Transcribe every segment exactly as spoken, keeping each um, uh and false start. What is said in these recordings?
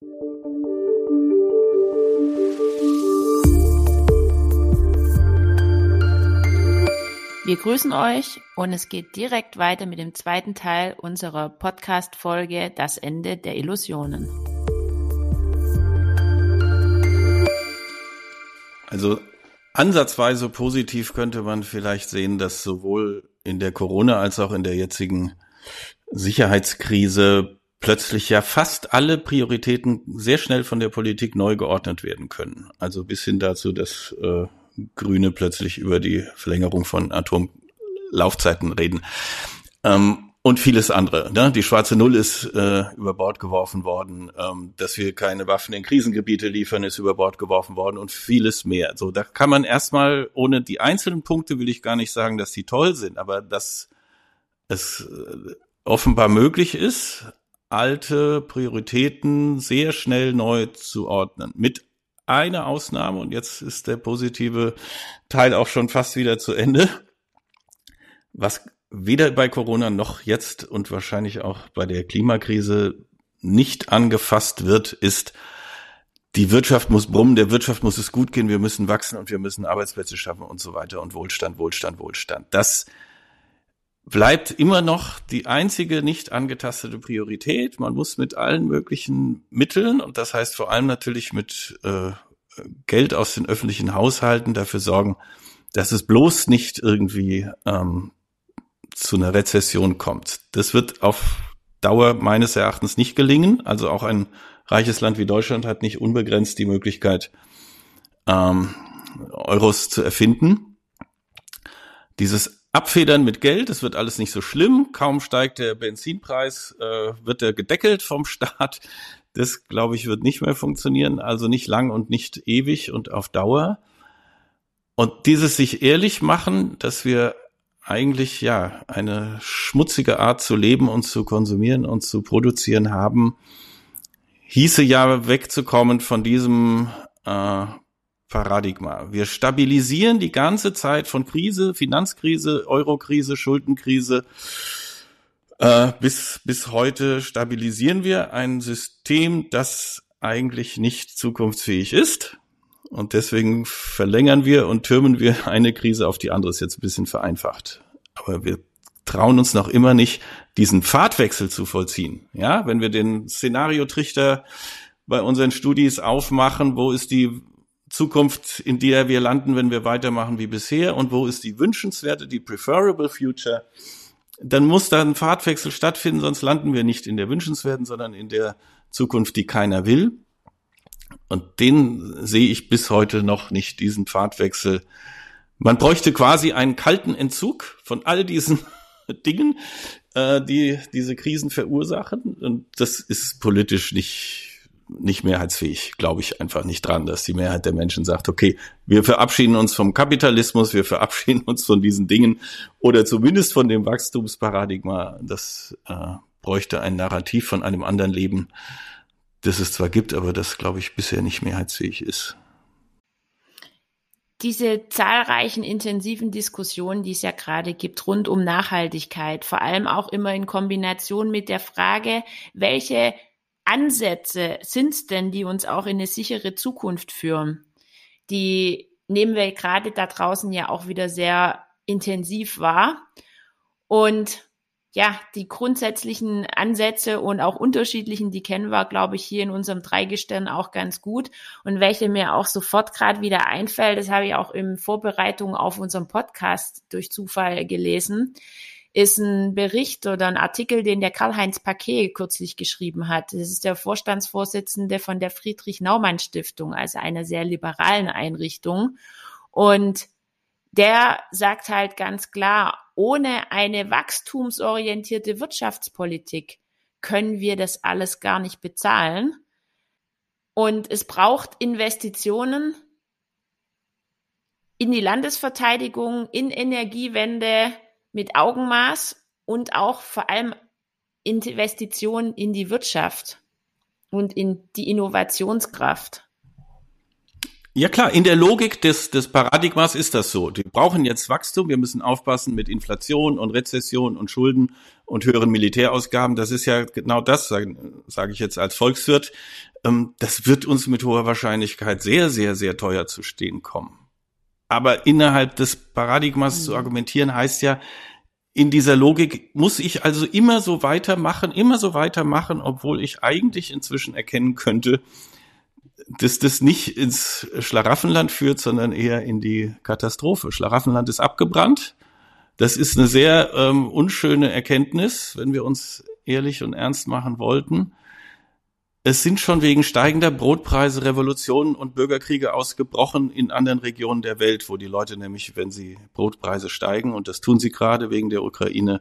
Wir grüßen euch und es geht direkt weiter mit dem zweiten Teil unserer Podcast-Folge Das Ende der Illusionen. Also ansatzweise positiv könnte man vielleicht sehen, dass sowohl in der Corona- als auch in der jetzigen Sicherheitskrise plötzlich ja fast alle Prioritäten sehr schnell von der Politik neu geordnet werden können. Also bis hin dazu, dass äh, Grüne plötzlich über die Verlängerung von Atomlaufzeiten reden. Ähm, und vieles andere. Ne? Die schwarze Null ist äh, über Bord geworfen worden. Ähm, dass wir keine Waffen in Krisengebiete liefern, ist über Bord geworfen worden und vieles mehr. So, da kann man erstmal, ohne die einzelnen Punkte will ich gar nicht sagen, dass die toll sind, aber dass es äh, offenbar möglich ist, alte Prioritäten sehr schnell neu zu ordnen. Mit einer Ausnahme, und jetzt ist der positive Teil auch schon fast wieder zu Ende, was weder bei Corona noch jetzt und wahrscheinlich auch bei der Klimakrise nicht angefasst wird, ist, die Wirtschaft muss brummen, der Wirtschaft muss es gut gehen, wir müssen wachsen und wir müssen Arbeitsplätze schaffen und so weiter und Wohlstand, Wohlstand, Wohlstand. Das bleibt immer noch die einzige nicht angetastete Priorität. Man muss mit allen möglichen Mitteln, und das heißt vor allem natürlich mit äh, Geld aus den öffentlichen Haushalten, dafür sorgen, dass es bloß nicht irgendwie ähm, zu einer Rezession kommt. Das wird auf Dauer meines Erachtens nicht gelingen. Also auch ein reiches Land wie Deutschland hat nicht unbegrenzt die Möglichkeit, ähm, Euros zu erfinden. Dieses Abfedern mit Geld, das wird alles nicht so schlimm. Kaum steigt der Benzinpreis, äh, wird er gedeckelt vom Staat. Das, glaube ich, wird nicht mehr funktionieren. Also nicht lang und nicht ewig und auf Dauer. Und dieses sich ehrlich machen, dass wir eigentlich ja eine schmutzige Art zu leben und zu konsumieren und zu produzieren haben, hieße ja wegzukommen von diesem äh, Paradigma. Wir stabilisieren die ganze Zeit von Krise, Finanzkrise, Eurokrise, Schuldenkrise, äh, bis, bis heute stabilisieren wir ein System, das eigentlich nicht zukunftsfähig ist. Und deswegen verlängern wir und türmen wir eine Krise auf die andere. Ist jetzt ein bisschen vereinfacht. Aber wir trauen uns noch immer nicht, diesen Pfadwechsel zu vollziehen. Ja, wenn wir den Szenariotrichter bei unseren Studis aufmachen, wo ist die Zukunft, in der wir landen, wenn wir weitermachen wie bisher, und wo ist die wünschenswerte, die preferable future, dann muss da ein Pfadwechsel stattfinden, sonst landen wir nicht in der wünschenswerten, sondern in der Zukunft, die keiner will. Und den sehe ich bis heute noch nicht, diesen Pfadwechsel. Man bräuchte quasi einen kalten Entzug von all diesen Dingen, äh, die diese Krisen verursachen. Und das ist politisch nicht nicht mehrheitsfähig, glaube ich einfach nicht dran, dass die Mehrheit der Menschen sagt, okay, wir verabschieden uns vom Kapitalismus, wir verabschieden uns von diesen Dingen oder zumindest von dem Wachstumsparadigma. Das äh, bräuchte ein Narrativ von einem anderen Leben, das es zwar gibt, aber das, glaube ich, bisher nicht mehrheitsfähig ist. Diese zahlreichen intensiven Diskussionen, die es ja gerade gibt rund um Nachhaltigkeit, vor allem auch immer in Kombination mit der Frage, welche Ansätze sind es denn, die uns auch in eine sichere Zukunft führen? Die nehmen wir gerade da draußen ja auch wieder sehr intensiv wahr. Und ja, die grundsätzlichen Ansätze und auch unterschiedlichen, die kennen wir, glaube ich, hier in unserem Dreigestirn auch ganz gut. Und welche mir auch sofort gerade wieder einfällt, das habe ich auch in Vorbereitung auf unseren Podcast durch Zufall gelesen, ist ein Bericht oder ein Artikel, den der Karl-Heinz Paquet kürzlich geschrieben hat. Das ist der Vorstandsvorsitzende von der Friedrich-Naumann-Stiftung, also einer sehr liberalen Einrichtung. Und der sagt halt ganz klar, ohne eine wachstumsorientierte Wirtschaftspolitik können wir das alles gar nicht bezahlen. Und es braucht Investitionen in die Landesverteidigung, in Energiewende, mit Augenmaß und auch vor allem Investitionen in die Wirtschaft und in die Innovationskraft. Ja klar, in der Logik des, des Paradigmas ist das so. Wir brauchen jetzt Wachstum, wir müssen aufpassen mit Inflation und Rezession und Schulden und höheren Militärausgaben. Das ist ja genau das, sage sag ich jetzt als Volkswirt. Das wird uns mit hoher Wahrscheinlichkeit sehr, sehr, sehr teuer zu stehen kommen. Aber innerhalb des Paradigmas mhm. zu argumentieren, heißt ja, in dieser Logik muss ich also immer so weitermachen, immer so weitermachen, obwohl ich eigentlich inzwischen erkennen könnte, dass das nicht ins Schlaraffenland führt, sondern eher in die Katastrophe. Schlaraffenland ist abgebrannt. Das ist eine sehr ähm, unschöne Erkenntnis, wenn wir uns ehrlich und ernst machen wollten. Es sind schon wegen steigender Brotpreise Revolutionen und Bürgerkriege ausgebrochen in anderen Regionen der Welt, wo die Leute nämlich, wenn sie Brotpreise steigen, und das tun sie gerade wegen der Ukraine,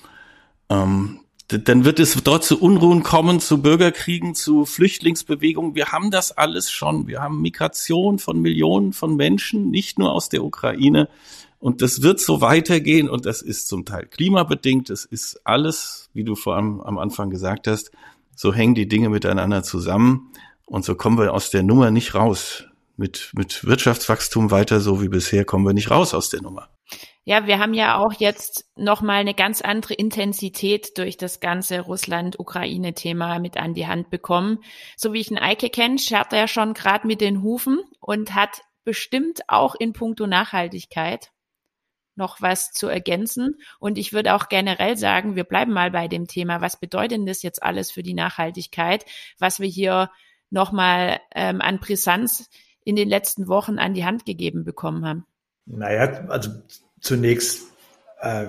ähm, dann wird es dort zu Unruhen kommen, zu Bürgerkriegen, zu Flüchtlingsbewegungen. Wir haben das alles schon. Wir haben Migration von Millionen von Menschen, nicht nur aus der Ukraine. Und das wird so weitergehen. Und das ist zum Teil klimabedingt. Das ist alles, wie du vor allem am Anfang gesagt hast, so hängen die Dinge miteinander zusammen. Und so kommen wir aus der Nummer nicht raus. Mit, mit Wirtschaftswachstum weiter so wie bisher kommen wir nicht raus aus der Nummer. Ja, wir haben ja auch jetzt nochmal eine ganz andere Intensität durch das ganze Russland-Ukraine-Thema mit an die Hand bekommen. So wie ich einen Eike kenne, schert er schon gerade mit den Hufen und hat bestimmt auch in puncto Nachhaltigkeit noch was zu ergänzen. Und ich würde auch generell sagen, wir bleiben mal bei dem Thema, was bedeutet denn das jetzt alles für die Nachhaltigkeit, was wir hier nochmal ähm, an Brisanz in den letzten Wochen an die Hand gegeben bekommen haben? Naja, also zunächst äh,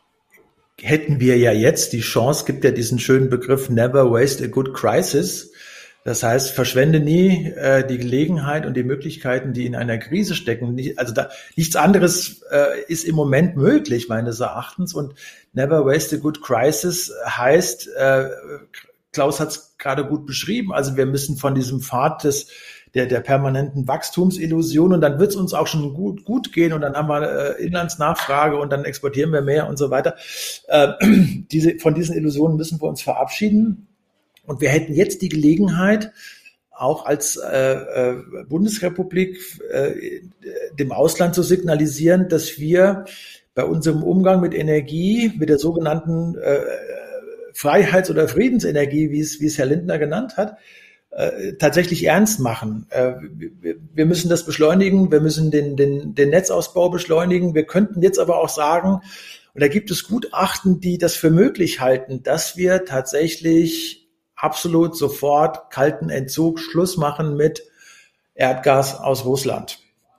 hätten wir ja jetzt die Chance, gibt ja diesen schönen Begriff Never waste a good crisis. Das heißt, verschwende nie äh, die Gelegenheit und die Möglichkeiten, die in einer Krise stecken. Also da, nichts anderes äh, ist im Moment möglich, meines Erachtens. Und Never waste a good crisis heißt, äh, Klaus hat es gerade gut beschrieben, also wir müssen von diesem Pfad des Der, der permanenten Wachstumsillusion und dann wird es uns auch schon gut, gut gehen und dann haben wir äh, Inlandsnachfrage und dann exportieren wir mehr und so weiter. Äh, diese, von diesen Illusionen müssen wir uns verabschieden und wir hätten jetzt die Gelegenheit, auch als äh, äh, Bundesrepublik äh, dem Ausland zu signalisieren, dass wir bei unserem Umgang mit Energie, mit der sogenannten äh, Freiheits- oder Friedensenergie, wie es, wie es Herr Lindner genannt hat, tatsächlich ernst machen. Wir müssen das beschleunigen, wir müssen den, den, den Netzausbau beschleunigen. Wir könnten jetzt aber auch sagen, und da gibt es Gutachten, die das für möglich halten, dass wir tatsächlich absolut sofort kalten Entzug, Schluss machen mit Erdgas aus Russland.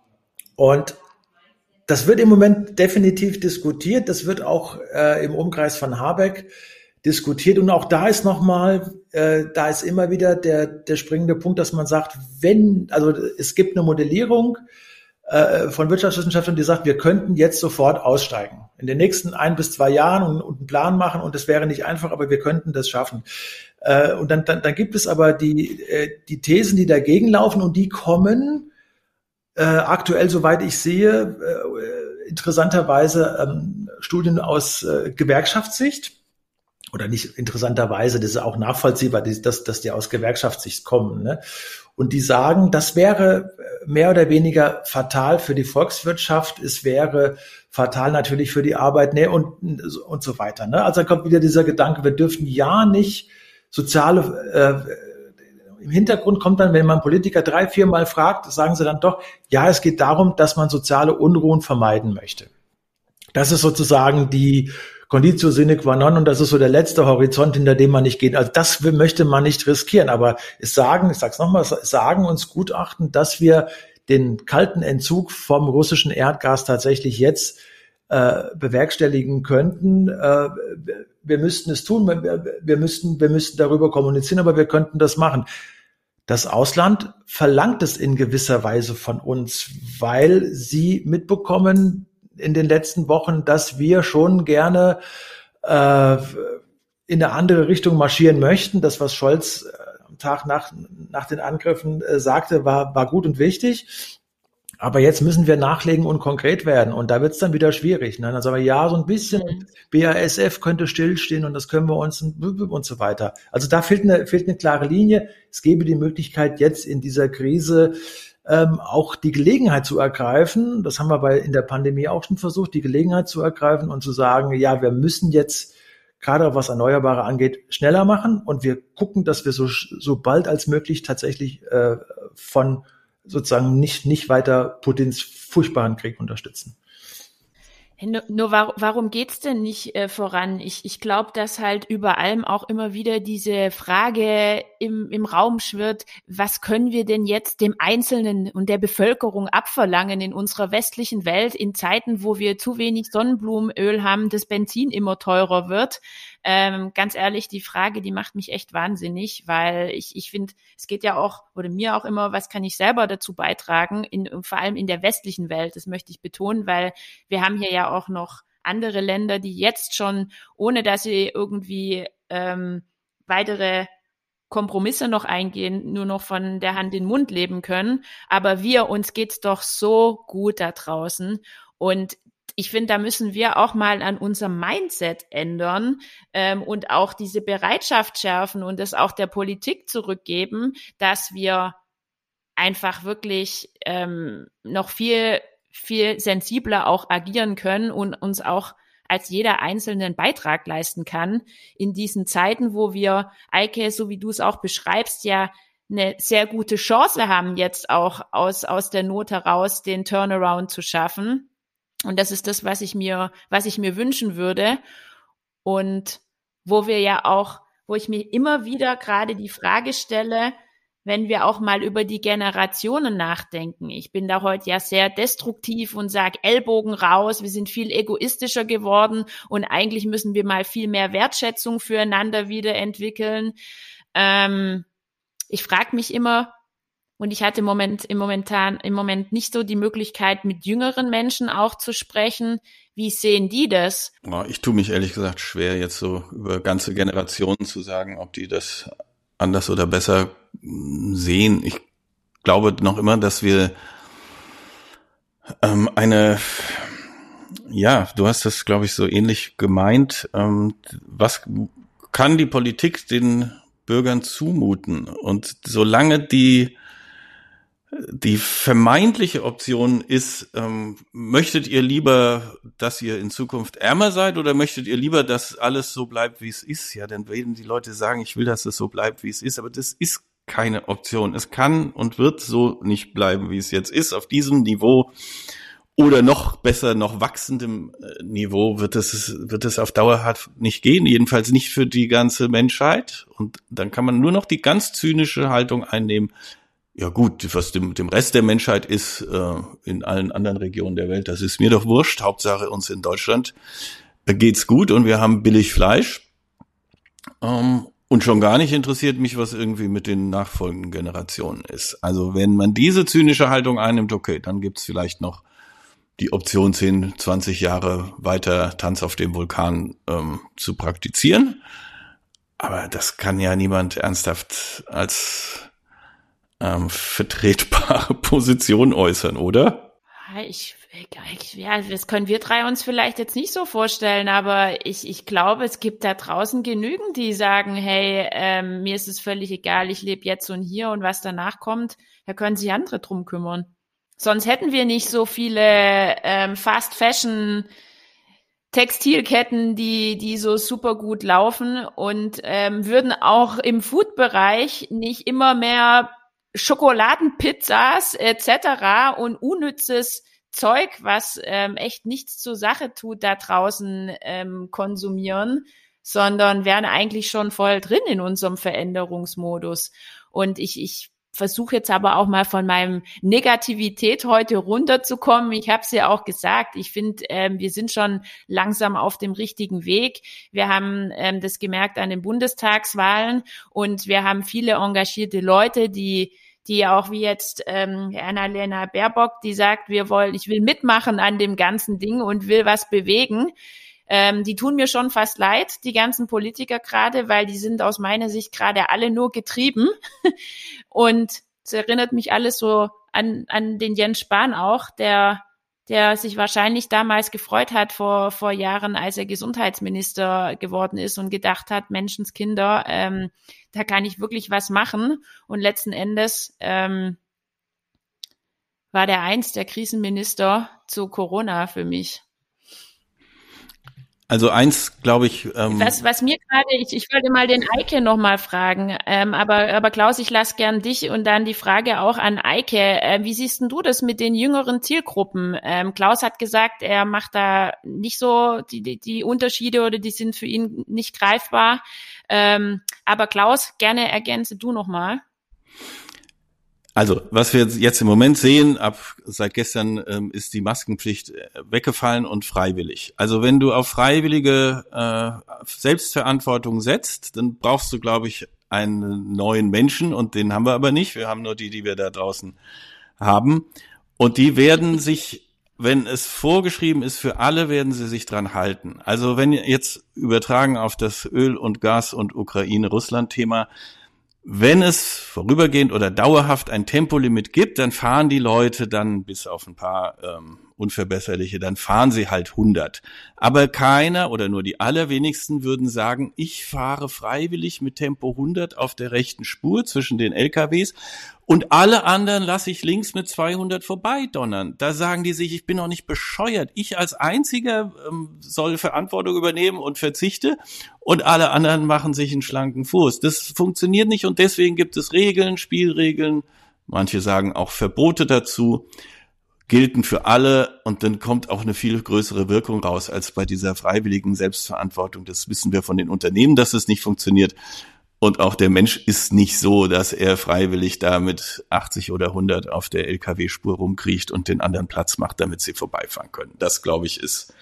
Und das wird im Moment definitiv diskutiert. Das wird auch äh, im Umkreis von Habeck diskutiert und auch da ist nochmal, äh, da ist immer wieder der der springende Punkt, dass man sagt, wenn, also es gibt eine Modellierung äh, von Wirtschaftswissenschaftlern, die sagt, wir könnten jetzt sofort aussteigen in den nächsten ein bis zwei Jahren und, und einen Plan machen und das wäre nicht einfach, aber wir könnten das schaffen. Äh, und dann, dann dann gibt es aber die äh, die Thesen, die dagegen laufen und die kommen äh, aktuell, soweit ich sehe, äh, interessanterweise ähm, Studien aus äh, Gewerkschaftssicht. Oder nicht interessanterweise, das ist auch nachvollziehbar, dass, dass die aus Gewerkschaftssicht kommen. Ne? Und die sagen, das wäre mehr oder weniger fatal für die Volkswirtschaft, es wäre fatal natürlich für die Arbeitnehmer und, und so weiter. Ne? Also da kommt wieder dieser Gedanke, wir dürfen ja nicht soziale, äh, im Hintergrund kommt dann, wenn man Politiker drei, viermal fragt, sagen sie dann doch, ja, es geht darum, dass man soziale Unruhen vermeiden möchte. Das ist sozusagen die Conditio sine qua non und das ist so der letzte Horizont, hinter dem man nicht geht. Also das möchte man nicht riskieren, aber es sagen, ich sag's nochmal, es sagen uns Gutachten, dass wir den kalten Entzug vom russischen Erdgas tatsächlich jetzt äh, bewerkstelligen könnten. Äh, wir müssten es tun, wir, wir müssten, wir müssten darüber kommunizieren, aber wir könnten das machen. Das Ausland verlangt es in gewisser Weise von uns, weil sie mitbekommen in den letzten Wochen, dass wir schon gerne äh, in eine andere Richtung marschieren möchten. Das, was Scholz äh, am Tag nach, nach den Angriffen äh, sagte, war, war gut und wichtig. Aber jetzt müssen wir nachlegen und konkret werden. Und da wird es dann wieder schwierig. Ne? Dann sagen wir, ja, so ein bisschen mhm. B A S F könnte stillstehen und das können wir uns und so weiter. Also da fehlt eine, fehlt eine klare Linie. Es gäbe die Möglichkeit, jetzt in dieser Krise ähm, auch die Gelegenheit zu ergreifen. Das haben wir bei in der Pandemie auch schon versucht, die Gelegenheit zu ergreifen und zu sagen, ja, wir müssen jetzt gerade was Erneuerbare angeht, schneller machen und wir gucken, dass wir so, so bald als möglich tatsächlich äh, von sozusagen nicht, nicht weiter Putins furchtbaren Krieg unterstützen. Nur, nur warum, warum geht's denn nicht äh, voran? Ich, ich glaube, dass halt über allem auch immer wieder diese Frage im, im Raum schwirrt, was können wir denn jetzt dem Einzelnen und der Bevölkerung abverlangen in unserer westlichen Welt in Zeiten, wo wir zu wenig Sonnenblumenöl haben, das Benzin immer teurer wird? Ähm, ganz ehrlich, die Frage, die macht mich echt wahnsinnig, weil ich, ich finde, es geht ja auch, oder mir auch immer, was kann ich selber dazu beitragen, in, vor allem in der westlichen Welt, das möchte ich betonen, weil wir haben hier ja auch noch andere Länder, die jetzt schon, ohne dass sie irgendwie ähm, weitere Kompromisse noch eingehen, nur noch von der Hand in den Mund leben können. Aber wir, uns geht's doch so gut da draußen. Und ich finde, da müssen wir auch mal an unserem Mindset ändern ähm, und auch diese Bereitschaft schärfen und es auch der Politik zurückgeben, dass wir einfach wirklich ähm, noch viel, viel sensibler auch agieren können und uns auch als jeder einzelnen Beitrag leisten kann in diesen Zeiten, wo wir, Eike, so wie du es auch beschreibst, ja eine sehr gute Chance haben, jetzt auch aus, aus der Not heraus den Turnaround zu schaffen. Und das ist das, was ich mir, was ich mir wünschen würde. Und wo wir ja auch, wo ich mir immer wieder gerade die Frage stelle, wenn wir auch mal über die Generationen nachdenken. Ich bin da heute ja sehr destruktiv und sage Ellbogen raus, wir sind viel egoistischer geworden und eigentlich müssen wir mal viel mehr Wertschätzung füreinander wieder entwickeln. Ähm, ich frage mich immer, und ich hatte im Moment, im momentan, im Moment nicht so die Möglichkeit, mit jüngeren Menschen auch zu sprechen. Wie sehen die das? Ich tue mich ehrlich gesagt schwer, jetzt so über ganze Generationen zu sagen, ob die das anders oder besser sehen. Ich glaube noch immer, dass wir ähm, eine, ja, du hast das, glaube ich, so ähnlich gemeint. Ähm, was kann die Politik den Bürgern zumuten? Und solange die Die vermeintliche Option ist, ähm, möchtet ihr lieber, dass ihr in Zukunft ärmer seid oder möchtet ihr lieber, dass alles so bleibt, wie es ist? Ja, dann werden die Leute sagen, ich will, dass es so bleibt, wie es ist, aber das ist keine Option. Es kann und wird so nicht bleiben, wie es jetzt ist. Auf diesem Niveau oder noch besser, noch wachsendem Niveau wird es, wird es auf Dauer halt nicht gehen, jedenfalls nicht für die ganze Menschheit. Und dann kann man nur noch die ganz zynische Haltung einnehmen, ja gut, was dem, dem Rest der Menschheit ist, äh, in allen anderen Regionen der Welt, das ist mir doch wurscht. Hauptsache uns in Deutschland äh, geht's gut und wir haben billig Fleisch. Ähm, und schon gar nicht interessiert mich, was irgendwie mit den nachfolgenden Generationen ist. Also wenn man diese zynische Haltung einnimmt, okay, dann gibt's vielleicht noch die Option, zehn, zwanzig Jahre weiter Tanz auf dem Vulkan ähm, zu praktizieren. Aber das kann ja niemand ernsthaft als Ähm, vertretbare Position äußern, oder? Ich, ich, ja, das können wir drei uns vielleicht jetzt nicht so vorstellen, aber ich, ich glaube, es gibt da draußen genügend, die sagen, hey, ähm, mir ist es völlig egal, ich lebe jetzt und hier und was danach kommt, da können sich andere drum kümmern. Sonst hätten wir nicht so viele ähm, Fast Fashion Textilketten, die die so super gut laufen und ähm, würden auch im Food-Bereich nicht immer mehr Schokoladenpizzas et cetera und unnützes Zeug, was ähm, echt nichts zur Sache tut, da draußen ähm, konsumieren, sondern wären eigentlich schon voll drin in unserem Veränderungsmodus. Und ich ich versuche jetzt aber auch mal von meinem Negativität heute runterzukommen. Ich habe es ja auch gesagt, ich finde, ähm, wir sind schon langsam auf dem richtigen Weg. Wir haben ähm, das gemerkt an den Bundestagswahlen und wir haben viele engagierte Leute, die die auch wie jetzt ähm, Annalena Baerbock, die sagt, wir wollen, ich will mitmachen an dem ganzen Ding und will was bewegen. Ähm, die tun mir schon fast leid, die ganzen Politiker gerade, weil die sind aus meiner Sicht gerade alle nur getrieben. Und Es erinnert mich alles so an, an den Jens Spahn auch, der, der sich wahrscheinlich damals gefreut hat vor, vor Jahren, als er Gesundheitsminister geworden ist und gedacht hat, Menschenskinder, ähm, da kann ich wirklich was machen. Und letzten Endes, ähm, war der einst der Krisenminister zu Corona für mich. Also eins, glaube ich. Ähm was, was mir gerade, ich, ich wollte mal den Eike nochmal fragen, ähm, aber, aber Klaus, ich lasse gern dich und dann die Frage auch an Eike. Äh, wie siehst denn du das mit den jüngeren Zielgruppen? Ähm, Klaus hat gesagt, er macht da nicht so die, die, die Unterschiede oder die sind für ihn nicht greifbar. Ähm, aber Klaus, gerne ergänze du nochmal. Also, was wir jetzt im Moment sehen, ab seit gestern ähm, ist die Maskenpflicht äh, weggefallen und freiwillig. Also, wenn du auf freiwillige äh, Selbstverantwortung setzt, dann brauchst du, glaube ich, einen neuen Menschen und den haben wir aber nicht. Wir haben nur die, die wir da draußen haben. Und die werden sich, wenn es vorgeschrieben ist für alle, werden sie sich dran halten. Also, wenn jetzt übertragen auf das Öl- und Gas- und Ukraine-Russland-Thema, wenn es vorübergehend oder dauerhaft ein Tempolimit gibt, dann fahren die Leute dann bis auf ein paar ähm, unverbesserliche, dann fahren sie halt hundert. Aber keiner oder nur die allerwenigsten würden sagen, ich fahre freiwillig mit Tempo hundert auf der rechten Spur zwischen den L K Ws und alle anderen lasse ich links mit zweihundert vorbeidonnern. Da sagen die sich, ich bin doch nicht bescheuert. Ich als Einziger ähm, soll Verantwortung übernehmen und verzichte und alle anderen machen sich einen schlanken Fuß. Das funktioniert nicht und deswegen gibt es Regeln, Spielregeln, manche sagen auch Verbote dazu, gelten für alle und dann kommt auch eine viel größere Wirkung raus als bei dieser freiwilligen Selbstverantwortung. Das wissen wir von den Unternehmen, dass es nicht funktioniert. Und auch der Mensch ist nicht so, dass er freiwillig da mit achtzig oder hundert auf der L K W-Spur rumkriecht und den anderen Platz macht, damit sie vorbeifahren können. Das, glaube ich, ist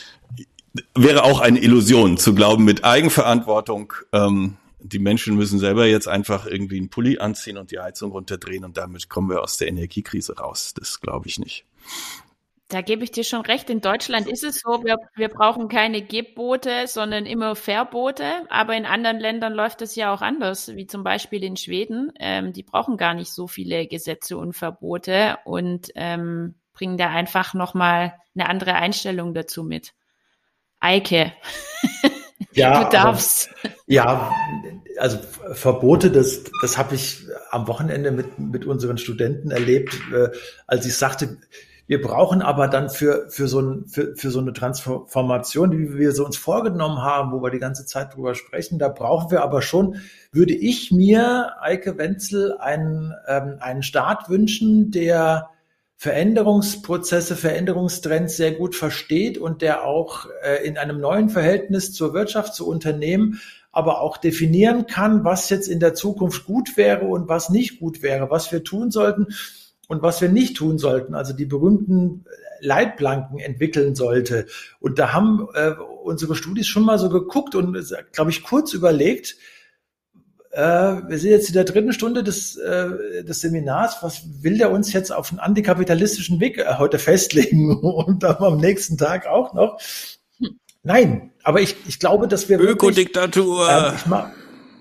wäre auch eine Illusion, zu glauben, mit Eigenverantwortung, ähm, die Menschen müssen selber jetzt einfach irgendwie einen Pulli anziehen und die Heizung runterdrehen und damit kommen wir aus der Energiekrise raus. Das glaube ich nicht. Da gebe ich dir schon recht. In Deutschland ist es so, wir, wir brauchen keine Gebote, sondern immer Verbote. Aber in anderen Ländern läuft es ja auch anders, wie zum Beispiel in Schweden. Ähm, die brauchen gar nicht so viele Gesetze und Verbote und ähm, bringen da einfach nochmal eine andere Einstellung dazu mit. Eike, ja, du darfst. Aber, ja, also Verbote, das, das habe ich am Wochenende mit, mit unseren Studenten erlebt, äh, als ich sagte, wir brauchen aber dann für, für, so ein, für, für so eine Transformation, die wir so uns vorgenommen haben, wo wir die ganze Zeit drüber sprechen, da brauchen wir aber schon, würde ich mir, Eike Wenzel, einen, ähm, einen Staat wünschen, der Veränderungsprozesse, Veränderungstrends sehr gut versteht und der auch äh, in einem neuen Verhältnis zur Wirtschaft, zu Unternehmen, aber auch definieren kann, was jetzt in der Zukunft gut wäre und was nicht gut wäre, was wir tun sollten und was wir nicht tun sollten, also die berühmten Leitplanken entwickeln sollte. Und da haben äh, unsere Studis schon mal so geguckt und, glaube ich, kurz überlegt, äh, wir sind jetzt in der dritten Stunde des, äh, des Seminars, was will der uns jetzt auf einen antikapitalistischen Weg äh, heute festlegen und dann am nächsten Tag auch noch? Nein, aber ich, ich glaube, dass wir Ökodiktatur. Äh, ich mach,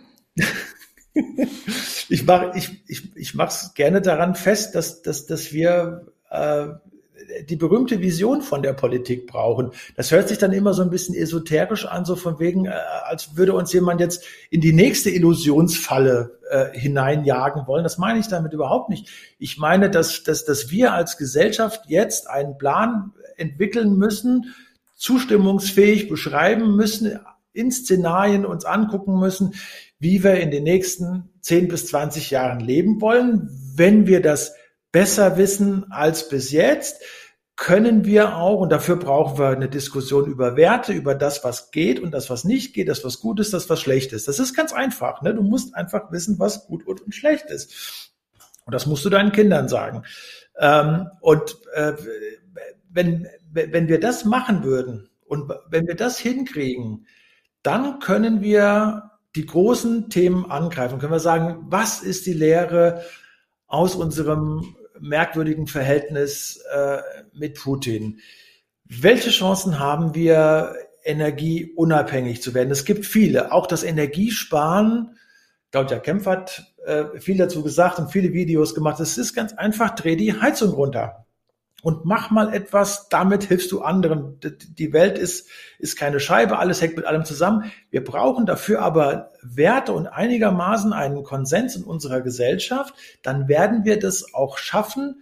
Ich mache ich, ich, ich mach's gerne daran fest, dass, dass, dass wir äh, die berühmte Vision von der Politik brauchen. Das hört sich dann immer so ein bisschen esoterisch an, so von wegen, äh, als würde uns jemand jetzt in die nächste Illusionsfalle äh, hineinjagen wollen. Das meine ich damit überhaupt nicht. Ich meine, dass, dass, dass wir als Gesellschaft jetzt einen Plan entwickeln müssen, zustimmungsfähig beschreiben müssen, in Szenarien uns angucken müssen, wie wir in den nächsten zehn bis zwanzig Jahren leben wollen. Wenn wir das besser wissen als bis jetzt, können wir auch, und dafür brauchen wir eine Diskussion über Werte, über das, was geht und das, was nicht geht, das, was gut ist, das, was schlecht ist. Das ist ganz einfach, ne? Du musst einfach wissen, was gut und schlecht ist. Und das musst du deinen Kindern sagen. Ähm, und äh, wenn, wenn wir das machen würden und wenn wir das hinkriegen, dann können wir die großen Themen angreifen. Können wir sagen, was ist die Lehre aus unserem merkwürdigen Verhältnis äh, mit Putin? Welche Chancen haben wir, energieunabhängig zu werden? Es gibt viele. Auch das Energiesparen. Claudia Kempf hat äh, viel dazu gesagt und viele Videos gemacht. Es ist ganz einfach, dreh die Heizung runter. Und mach mal etwas, damit hilfst du anderen. Die Welt ist, ist keine Scheibe, alles hängt mit allem zusammen. Wir brauchen dafür aber Werte und einigermaßen einen Konsens in unserer Gesellschaft. Dann werden wir das auch schaffen,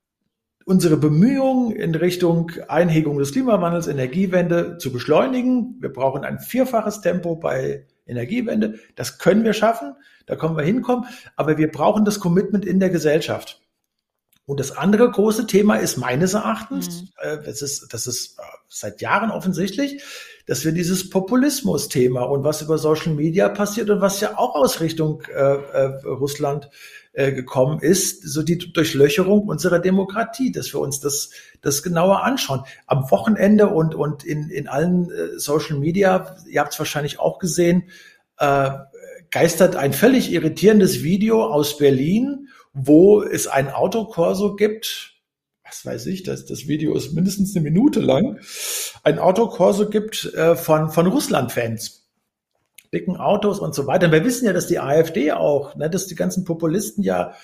unsere Bemühungen in Richtung Einhegung des Klimawandels, Energiewende zu beschleunigen. Wir brauchen ein vierfaches Tempo bei Energiewende. Das können wir schaffen, da können wir hinkommen. Aber wir brauchen das Commitment in der Gesellschaft. Und das andere große Thema ist meines Erachtens, mhm. äh, das ist, das ist äh, seit Jahren offensichtlich, dass wir dieses Populismus-Thema und was über Social Media passiert und was ja auch aus Richtung äh, äh, Russland äh, gekommen ist, so die Durchlöcherung unserer Demokratie, dass wir uns das, das genauer anschauen. Am Wochenende und, und in, in allen äh, Social Media, ihr habt es wahrscheinlich auch gesehen, äh, geistert ein völlig irritierendes Video aus Berlin, wo es ein Autokorso gibt, was weiß ich, das, das Video ist mindestens eine Minute lang, ein Autokorso gibt äh, von, von Russland-Fans, dicken Autos und so weiter. Und wir wissen ja, dass die AfD auch, ne, dass die ganzen Populisten ja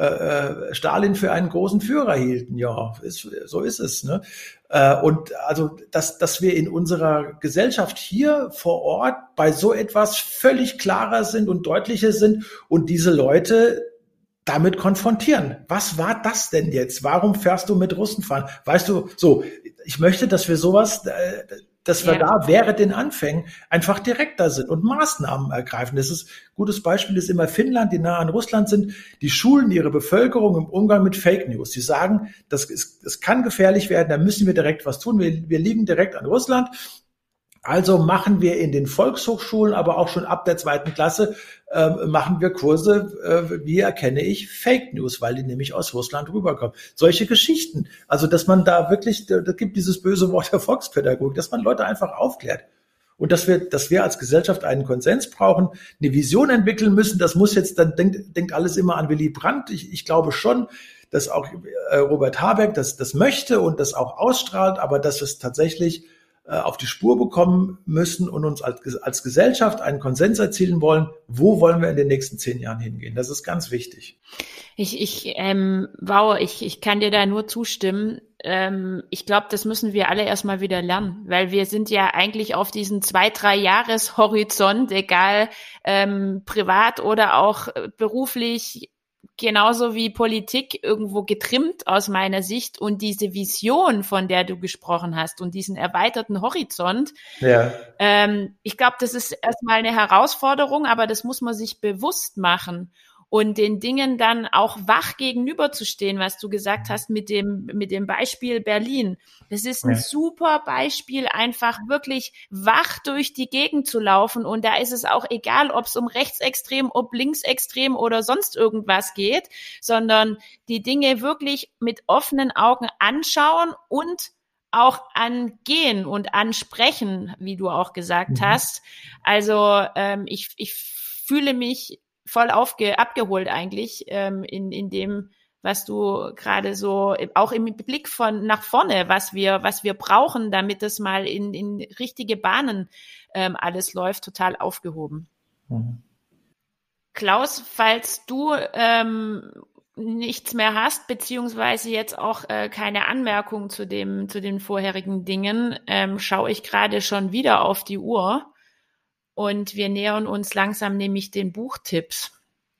äh, Stalin für einen großen Führer hielten. Ja, ist, so ist es. Ne? Äh, und also, dass, dass wir in unserer Gesellschaft hier vor Ort bei so etwas völlig klarer sind und deutlicher sind und diese Leute damit konfrontieren. Was war das denn jetzt? Warum fährst du mit Russen fahren? Weißt du, so, ich möchte, dass wir sowas, äh, dass wir ja. da während den Anfängen einfach direkter sind und Maßnahmen ergreifen. Das ist ein gutes Beispiel, ist immer Finnland, die nah an Russland sind. Die schulen ihre Bevölkerung im Umgang mit Fake News. Sie sagen, das ist, das kann gefährlich werden, da müssen wir direkt was tun. Wir, wir liegen direkt an Russland. Also machen wir in den Volkshochschulen, aber auch schon ab der zweiten Klasse, äh, machen wir Kurse, äh, wie erkenne ich Fake News, weil die nämlich aus Russland rüberkommen. Solche Geschichten. Also, dass man da wirklich, da, da gibt dieses böse Wort der Volkspädagogik, dass man Leute einfach aufklärt. Und dass wir, dass wir als Gesellschaft einen Konsens brauchen, eine Vision entwickeln müssen. Das muss jetzt, dann denkt, denkt alles immer an Willy Brandt. Ich, ich glaube schon, dass auch äh, Robert Habeck das, das möchte und das auch ausstrahlt, aber dass es tatsächlich auf die Spur bekommen müssen und uns als, als Gesellschaft einen Konsens erzielen wollen, wo wollen wir in den nächsten zehn Jahren hingehen. Das ist ganz wichtig. Ich, ich, ähm, wow, ich, ich kann dir da nur zustimmen. Ähm, ich glaube, das müssen wir alle erstmal wieder lernen, weil wir sind ja eigentlich auf diesen zwei, drei Jahreshorizont, egal ähm, privat oder auch äh, beruflich, genauso wie Politik irgendwo getrimmt aus meiner Sicht, und diese Vision, von der du gesprochen hast und diesen erweiterten Horizont, ja. ähm, ich glaube, das ist erstmal eine Herausforderung, aber das muss man sich bewusst machen und den Dingen dann auch wach gegenüberzustehen, was du gesagt hast mit dem mit dem Beispiel Berlin. Das ist ein ja. super Beispiel, einfach wirklich wach durch die Gegend zu laufen, und da ist es auch egal, ob es um rechtsextrem, ob linksextrem oder sonst irgendwas geht, sondern die Dinge wirklich mit offenen Augen anschauen und auch angehen und ansprechen, wie du auch gesagt mhm. hast. Also ähm, ich ich fühle mich voll aufge, abgeholt eigentlich ähm, in in dem, was du gerade so auch im Blick von nach vorne, was wir was wir brauchen, damit das mal in in richtige Bahnen ähm, alles läuft, total aufgehoben. Mhm. Klaus, falls du ähm, nichts mehr hast, beziehungsweise jetzt auch äh, keine Anmerkung zu dem zu den vorherigen Dingen, ähm, schaue ich gerade schon wieder auf die Uhr. Und wir nähern uns langsam nämlich den Buchtipps.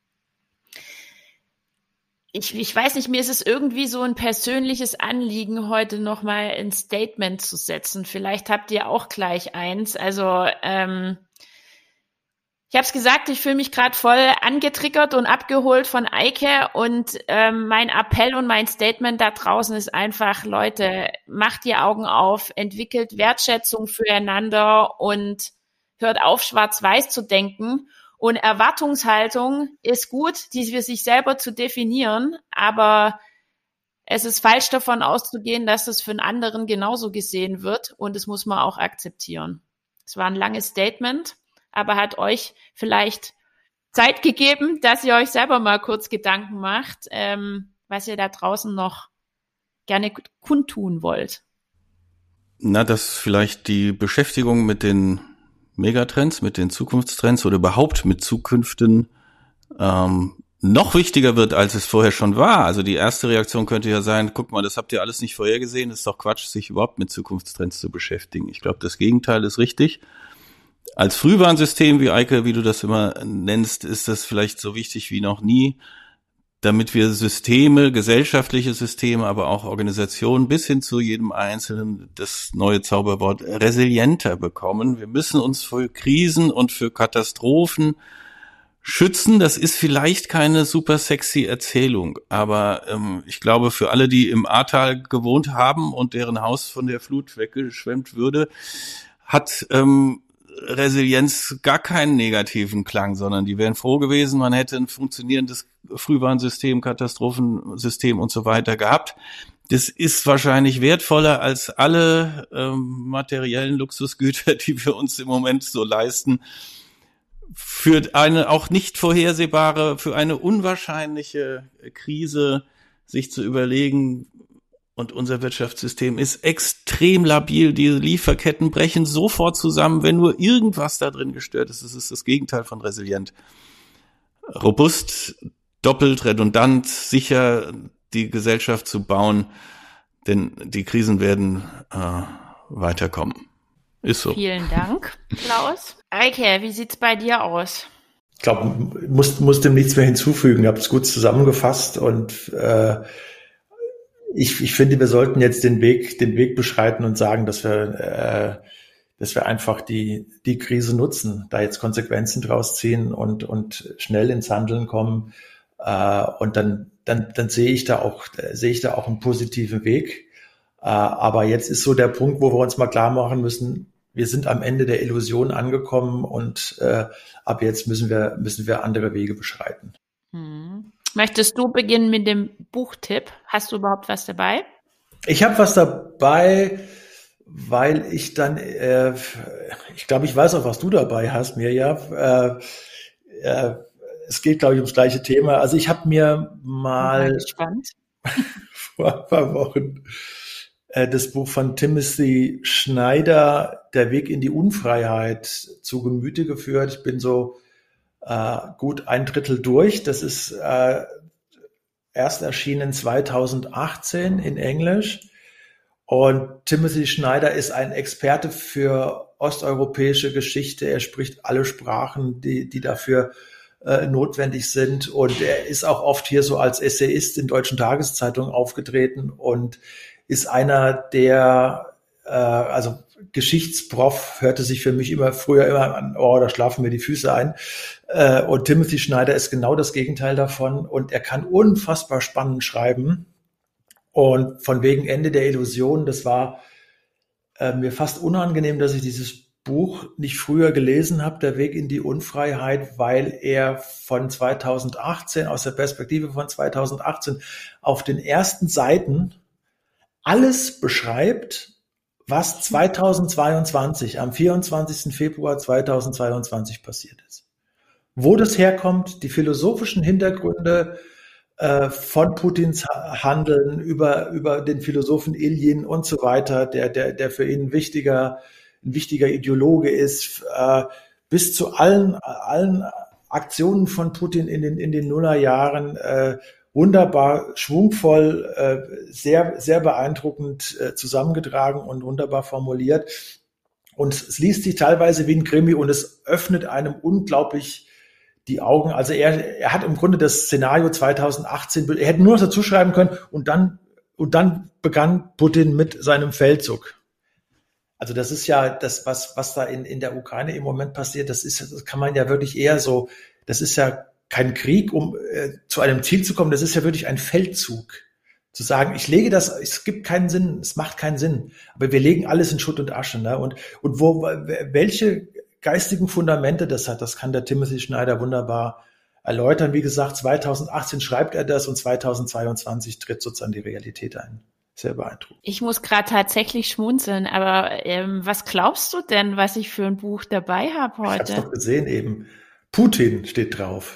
Ich, ich weiß nicht, mir ist es irgendwie so ein persönliches Anliegen, heute nochmal ein Statement zu setzen. Vielleicht habt ihr auch gleich eins. Also ähm, ich habe es gesagt, ich fühle mich gerade voll angetriggert und abgeholt von Eike. Und ähm, mein Appell und mein Statement da draußen ist einfach, Leute, macht die Augen auf, entwickelt Wertschätzung füreinander und hört auf, schwarz-weiß zu denken. Und Erwartungshaltung ist gut, die für sich selber zu definieren, aber es ist falsch, davon auszugehen, dass es für einen anderen genauso gesehen wird, und das muss man auch akzeptieren. Es war ein langes Statement, aber hat euch vielleicht Zeit gegeben, dass ihr euch selber mal kurz Gedanken macht, ähm, was ihr da draußen noch gerne kundtun wollt. Na, dass vielleicht die Beschäftigung mit den Megatrends, mit den Zukunftstrends oder überhaupt mit Zukünften ähm, noch wichtiger wird, als es vorher schon war. Also die erste Reaktion könnte ja sein, guck mal, das habt ihr alles nicht vorhergesehen, ist doch Quatsch, sich überhaupt mit Zukunftstrends zu beschäftigen. Ich glaube, das Gegenteil ist richtig. Als Frühwarnsystem, wie Eike, wie du das immer nennst, ist das vielleicht so wichtig wie noch nie, damit wir Systeme, gesellschaftliche Systeme, aber auch Organisationen bis hin zu jedem Einzelnen das neue Zauberwort resilienter bekommen. Wir müssen uns für Krisen und für Katastrophen schützen. Das ist vielleicht keine super sexy Erzählung, aber ähm, ich glaube, für alle, die im Ahrtal gewohnt haben und deren Haus von der Flut weggeschwemmt würde, hat ähm, Resilienz gar keinen negativen Klang, sondern die wären froh gewesen, man hätte ein funktionierendes Frühwarnsystem, Katastrophensystem und so weiter gehabt. Das ist wahrscheinlich wertvoller als alle ähm, materiellen Luxusgüter, die wir uns im Moment so leisten, für eine auch nicht vorhersehbare, für eine unwahrscheinliche Krise sich zu überlegen. Und unser Wirtschaftssystem ist extrem labil. Diese Lieferketten brechen sofort zusammen, wenn nur irgendwas da drin gestört ist. Es ist das Gegenteil von resilient. Robust, doppelt, redundant, sicher die Gesellschaft zu bauen, denn die Krisen werden äh, weiterkommen. Ist so. Vielen Dank, Klaus. Eike, wie sieht's bei dir aus? Ich glaube, muss, muss dem nichts mehr hinzufügen. Ihr habt es gut zusammengefasst und äh, Ich, ich finde, wir sollten jetzt den Weg, den Weg beschreiten und sagen, dass wir, äh, dass wir einfach die, die Krise nutzen, da jetzt Konsequenzen draus ziehen und, und schnell ins Handeln kommen. Äh, und dann, dann, dann sehe ich da auch, sehe ich da auch einen positiven Weg. Äh, aber jetzt ist so der Punkt, wo wir uns mal klar machen müssen, wir sind am Ende der Illusion angekommen und äh, ab jetzt müssen wir, müssen wir andere Wege beschreiten. Hm. Möchtest du beginnen mit dem Buchtipp? Hast du überhaupt was dabei? Ich habe was dabei, weil ich dann, äh, ich glaube, ich weiß auch, was du dabei hast, Mirja. Äh, äh, es geht, glaube ich, ums gleiche Thema. Also ich habe mir mal vor ein paar Wochen äh, das Buch von Timothy Snyder, Der Weg in die Unfreiheit, zu Gemüte geführt. Ich bin so Uh, gut ein Drittel durch. Das ist uh, erst erschienen zweitausendachtzehn in Englisch. Und Timothy Snyder ist ein Experte für osteuropäische Geschichte. Er spricht alle Sprachen, die, die dafür uh, notwendig sind. Und er ist auch oft hier so als Essayist in deutschen Tageszeitungen aufgetreten und ist einer der, uh, also Geschichtsprof hörte sich für mich immer früher immer an, oh, da schlafen mir die Füße ein. Und Timothy Snyder ist genau das Gegenteil davon. Und er kann unfassbar spannend schreiben. Und von wegen Ende der Illusion, das war äh, mir fast unangenehm, dass ich dieses Buch nicht früher gelesen habe, Der Weg in die Unfreiheit, weil er von zweitausendachtzehn, aus der Perspektive von zweitausendachtzehn, auf den ersten Seiten alles beschreibt, was zweitausendzweiundzwanzig, am vierundzwanzigsten Februar zweitausendzweiundzwanzig passiert ist. Wo das herkommt, die philosophischen Hintergründe äh, von Putins Handeln über, über den Philosophen Iljin und so weiter, der, der, der für ihn ein wichtiger, ein wichtiger Ideologe ist, äh, bis zu allen, allen Aktionen von Putin in den, in den Nullerjahren, äh, wunderbar schwungvoll, äh, sehr, sehr beeindruckend äh, zusammengetragen und wunderbar formuliert. Und es liest sich teilweise wie ein Krimi und es öffnet einem unglaublich die Augen. Also er, er hat im Grunde das Szenario zweitausendachtzehn, er hätte nur noch dazu schreiben können und dann, und dann begann Putin mit seinem Feldzug. Also das ist ja das, was, was da in, in der Ukraine im Moment passiert, das ist, das kann man ja wirklich eher so, das ist ja kein Krieg, um äh, zu einem Ziel zu kommen, das ist ja wirklich ein Feldzug. Zu sagen, ich lege das, es gibt keinen Sinn, es macht keinen Sinn, aber wir legen alles in Schutt und Asche. Ne? Und, und wo, welche geistigen Fundamente das hat, das kann der Timothy Snyder wunderbar erläutern. Wie gesagt, zweitausendachtzehn schreibt er das und zweitausendzweiundzwanzig tritt sozusagen die Realität ein. Sehr beeindruckend. Ich muss gerade tatsächlich schmunzeln, aber ähm, was glaubst du denn, was ich für ein Buch dabei habe heute? Ich habe es doch gesehen eben. Putin steht drauf.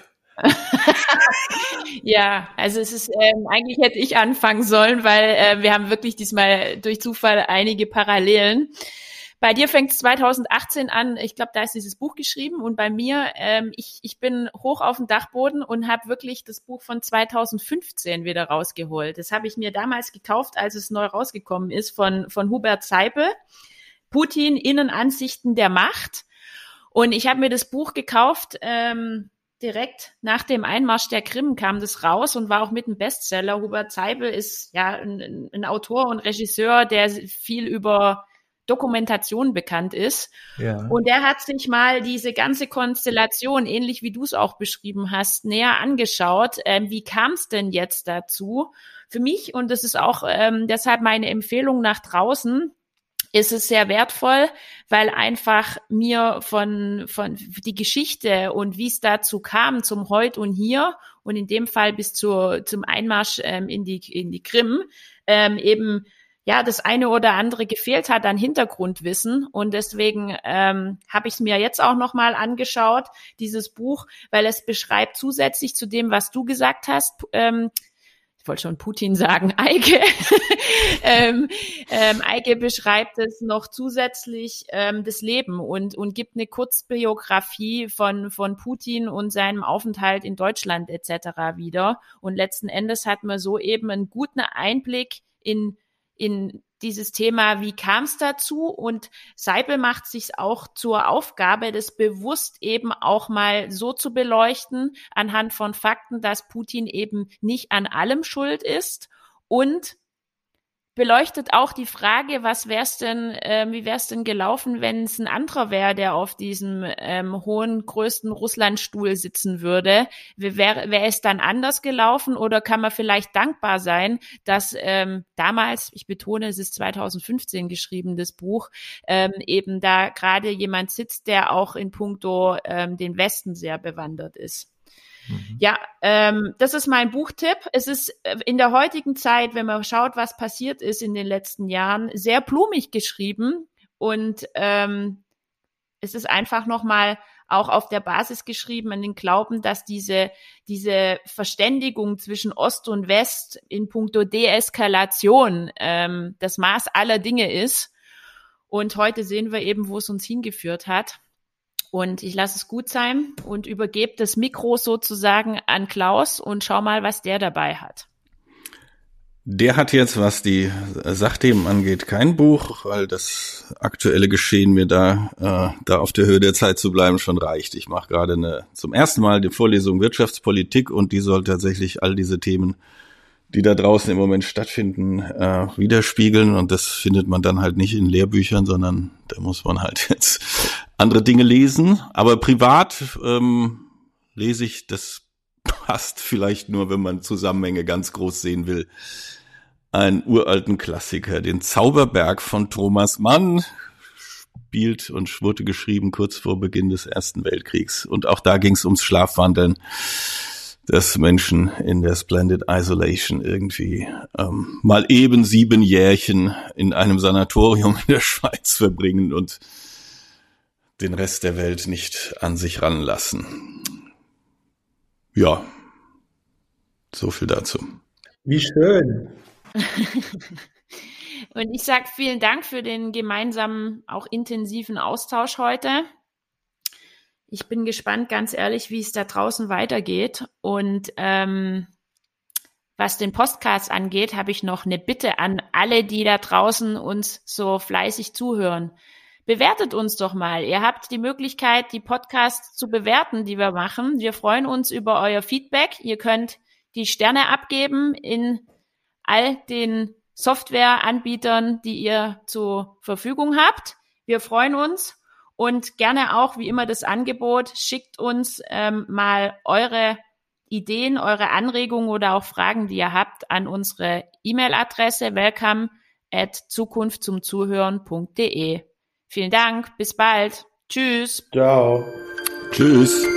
Ja, also es ist, ähm, eigentlich hätte ich anfangen sollen, weil äh, wir haben wirklich diesmal durch Zufall einige Parallelen. Bei dir fängt es zweitausendachtzehn an, ich glaube, da ist dieses Buch geschrieben und bei mir, ähm, ich, ich bin hoch auf dem Dachboden und habe wirklich das Buch von zweitausendfünfzehn wieder rausgeholt. Das habe ich mir damals gekauft, als es neu rausgekommen ist, von, von Hubert Seipel, Putin, Innenansichten der Macht. Und ich habe mir das Buch gekauft, ähm, direkt nach dem Einmarsch der Krim kam das raus und war auch mit einem Bestseller. Hubert Seipel ist ja ein, ein Autor und Regisseur, der viel über Dokumentation bekannt ist. Ja. Und der hat sich mal diese ganze Konstellation, ähnlich wie du es auch beschrieben hast, näher angeschaut. Ähm, wie kam es denn jetzt dazu? Für mich, und das ist auch ähm, deshalb meine Empfehlung nach draußen, ist es sehr wertvoll, weil einfach mir von von die Geschichte und wie es dazu kam zum Heut und Hier und in dem Fall bis zur zum Einmarsch ähm, in die in die Krim ähm, eben ja das eine oder andere gefehlt hat an Hintergrundwissen und deswegen ähm, habe ich es mir jetzt auch nochmal angeschaut, dieses Buch, weil es beschreibt zusätzlich zu dem, was du gesagt hast, ähm, ich wollte schon Putin sagen, Eike. ähm, ähm, Eike beschreibt es noch zusätzlich ähm, das Leben und und gibt eine Kurzbiografie von von Putin und seinem Aufenthalt in Deutschland et cetera wieder. Und letzten Endes hat man so eben einen guten Einblick in in dieses Thema, wie kam es dazu? Und Seipel macht sich auch zur Aufgabe, das bewusst eben auch mal so zu beleuchten, anhand von Fakten, dass Putin eben nicht an allem schuld ist und beleuchtet auch die Frage, was wär's denn, ähm, wie wär's denn gelaufen, wenn es ein anderer wäre, der auf diesem ähm, hohen, größten Russlandstuhl sitzen würde? Wäre wär es dann anders gelaufen oder kann man vielleicht dankbar sein, dass ähm, damals, ich betone, es ist zweitausendfünfzehn geschrieben, das Buch, ähm, eben da gerade jemand sitzt, der auch in puncto ähm, den Westen sehr bewandert ist. Ja, ähm, das ist mein Buchtipp. Es ist in der heutigen Zeit, wenn man schaut, was passiert ist in den letzten Jahren, sehr blumig geschrieben und ähm, es ist einfach nochmal auch auf der Basis geschrieben, an den Glauben, dass diese diese Verständigung zwischen Ost und West in puncto Deeskalation ähm, das Maß aller Dinge ist. Und heute sehen wir eben, wo es uns hingeführt hat. Und ich lasse es gut sein und übergebe das Mikro sozusagen an Klaus und schau mal, was der dabei hat. Der hat jetzt, was die Sachthemen angeht, kein Buch, weil das aktuelle Geschehen mir da äh, da auf der Höhe der Zeit zu bleiben schon reicht. Ich mache gerade eine zum ersten Mal die Vorlesung Wirtschaftspolitik und die soll tatsächlich all diese Themen, die da draußen im Moment stattfinden, äh, widerspiegeln. Und das findet man dann halt nicht in Lehrbüchern, sondern da muss man halt jetzt andere Dinge lesen. Aber privat ähm, lese ich, das passt vielleicht nur, wenn man Zusammenhänge ganz groß sehen will, einen uralten Klassiker, den Zauberberg von Thomas Mann, spielt und wurde geschrieben kurz vor Beginn des Ersten Weltkriegs. Und auch da ging es ums Schlafwandeln, dass Menschen in der Splendid Isolation irgendwie ähm, mal eben sieben Jährchen in einem Sanatorium in der Schweiz verbringen und den Rest der Welt nicht an sich ranlassen. Ja, so viel dazu. Wie schön. Und ich sage vielen Dank für den gemeinsamen, auch intensiven Austausch heute. Ich bin gespannt, ganz ehrlich, wie es da draußen weitergeht. Und ähm, was den Podcast angeht, habe ich noch eine Bitte an alle, die da draußen uns so fleißig zuhören. Bewertet uns doch mal. Ihr habt die Möglichkeit, die Podcasts zu bewerten, die wir machen. Wir freuen uns über euer Feedback. Ihr könnt die Sterne abgeben in all den Softwareanbietern, die ihr zur Verfügung habt. Wir freuen uns und gerne auch, wie immer, das Angebot, schickt uns ähm, mal eure Ideen, eure Anregungen oder auch Fragen, die ihr habt, an unsere E-Mail-Adresse welcome at zukunft zum zuhören punkt de. Vielen Dank, bis bald. Tschüss. Ciao. Tschüss.